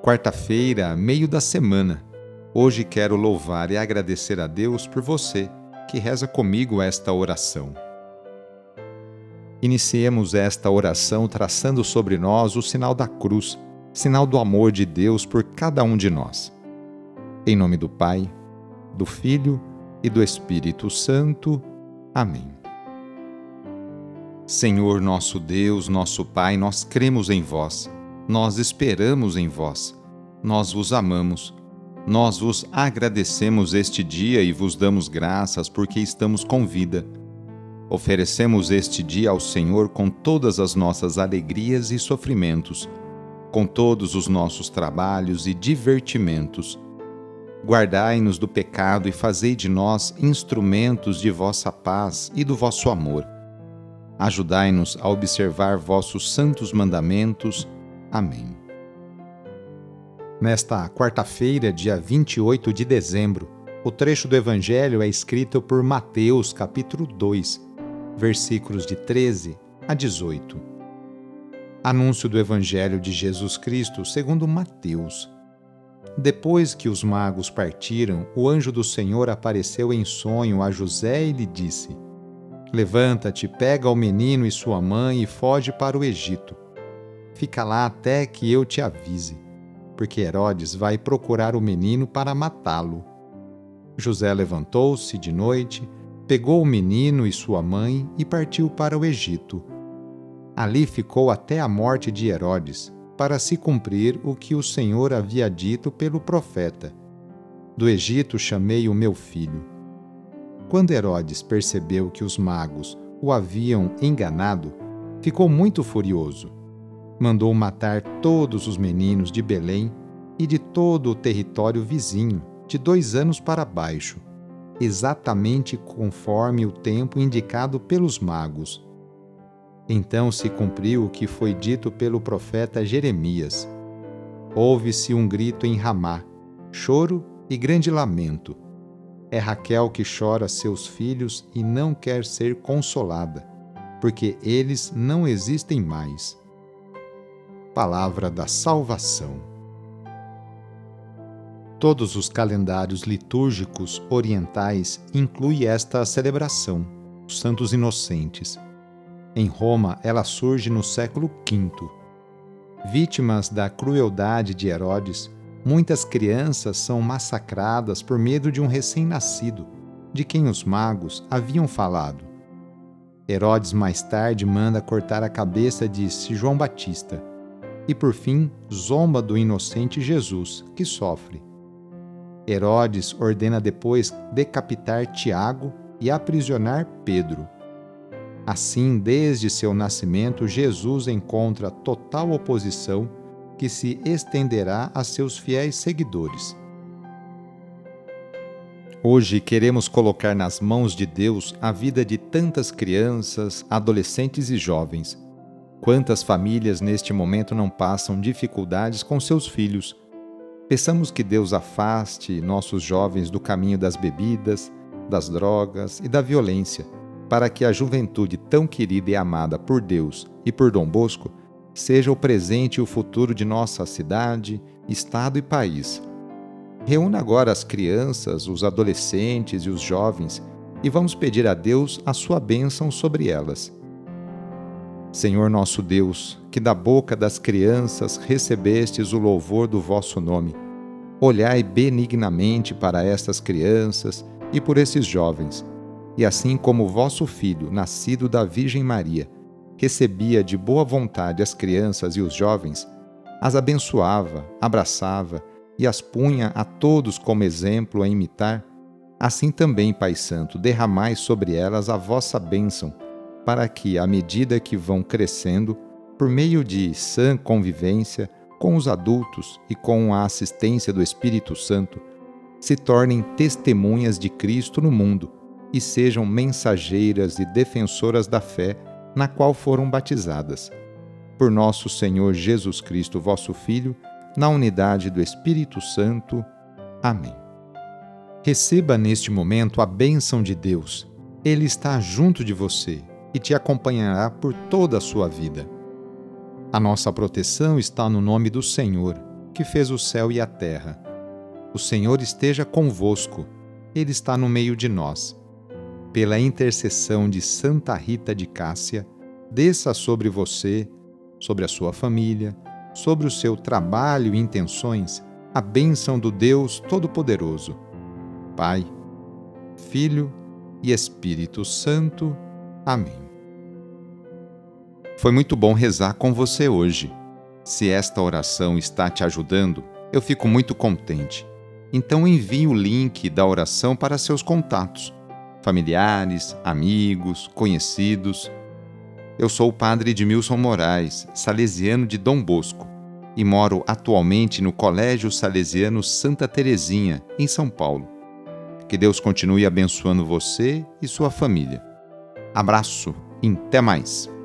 Quarta-feira, meio da semana. Hoje quero louvar e agradecer a Deus por você que reza comigo esta oração. Iniciemos esta oração traçando sobre nós o sinal da cruz, sinal do amor de Deus por cada um de nós. Em nome do Pai, do Filho e do Espírito Santo. Amém. Senhor nosso Deus, nosso Pai, nós cremos em vós, nós esperamos em vós, nós vos amamos, nós vos agradecemos este dia e vos damos graças porque estamos com vida. Oferecemos este dia ao Senhor com todas as nossas alegrias e sofrimentos, com todos os nossos trabalhos e divertimentos. Guardai-nos do pecado e fazei de nós instrumentos de vossa paz e do vosso amor. Ajudai-nos a observar vossos santos mandamentos. Amém. Nesta quarta-feira, dia 28 de dezembro, o trecho do Evangelho é escrito por Mateus, capítulo 2, versículos de 13 a 18. Anúncio do Evangelho de Jesus Cristo segundo Mateus. Depois que os magos partiram, o anjo do Senhor apareceu em sonho a José e lhe disse: Levanta-te, pega o menino e sua mãe e foge para o Egito. Fica lá até que eu te avise, porque Herodes vai procurar o menino para matá-lo. José levantou-se de noite, pegou o menino e sua mãe e partiu para o Egito. Ali ficou até a morte de Herodes, para se cumprir o que o Senhor havia dito pelo profeta: Do Egito chamei o meu filho. Quando Herodes percebeu que os magos o haviam enganado, ficou muito furioso. Mandou matar todos os meninos de Belém e de todo o território vizinho, de 2 anos para baixo, exatamente conforme o tempo indicado pelos magos. Então se cumpriu o que foi dito pelo profeta Jeremias. Ouve-se um grito em Ramá, choro e grande lamento. É Raquel que chora seus filhos e não quer ser consolada, porque eles não existem mais. Palavra da salvação. Todos os calendários litúrgicos orientais incluem esta celebração, os Santos Inocentes. Em Roma, ela surge no século V. Vítimas da crueldade de Herodes, muitas crianças são massacradas por medo de um recém-nascido, de quem os magos haviam falado. Herodes mais tarde manda cortar a cabeça de João Batista e, por fim, zomba do inocente Jesus, que sofre. Herodes ordena depois decapitar Tiago e aprisionar Pedro. Assim, desde seu nascimento, Jesus encontra total oposição que se estenderá a seus fiéis seguidores. Hoje queremos colocar nas mãos de Deus a vida de tantas crianças, adolescentes e jovens. Quantas famílias neste momento não passam dificuldades com seus filhos? Peçamos que Deus afaste nossos jovens do caminho das bebidas, das drogas e da violência, para que a juventude tão querida e amada por Deus e por Dom Bosco seja o presente e o futuro de nossa cidade, estado e país. Reúna agora as crianças, os adolescentes e os jovens e vamos pedir a Deus a sua bênção sobre elas. Senhor nosso Deus, que da boca das crianças recebestes o louvor do vosso nome, olhai benignamente para estas crianças e por esses jovens, e assim como o vosso Filho, nascido da Virgem Maria, recebia de boa vontade as crianças e os jovens, as abençoava, abraçava e as punha a todos como exemplo a imitar, assim também, Pai Santo, derramai sobre elas a vossa bênção, para que, à medida que vão crescendo, por meio de sã convivência com os adultos e com a assistência do Espírito Santo, se tornem testemunhas de Cristo no mundo e sejam mensageiras e defensoras da fé na qual foram batizadas. Por nosso Senhor Jesus Cristo, vosso Filho, na unidade do Espírito Santo. Amém. Receba neste momento a bênção de Deus. Ele está junto de você e te acompanhará por toda a sua vida. A nossa proteção está no nome do Senhor, que fez o céu e a terra. O Senhor esteja convosco, Ele está no meio de nós. Pela intercessão de Santa Rita de Cássia, desça sobre você, sobre a sua família, sobre o seu trabalho e intenções, a bênção do Deus Todo-Poderoso. Pai, Filho e Espírito Santo. Amém. Foi muito bom rezar com você hoje. Se esta oração está te ajudando, eu fico muito contente. Então envie o link da oração para seus contatos, familiares, amigos, conhecidos. Eu sou o padre Edmilson Moraes, salesiano de Dom Bosco, e moro atualmente no Colégio Salesiano Santa Terezinha, em São Paulo. Que Deus continue abençoando você e sua família. Abraço e até mais!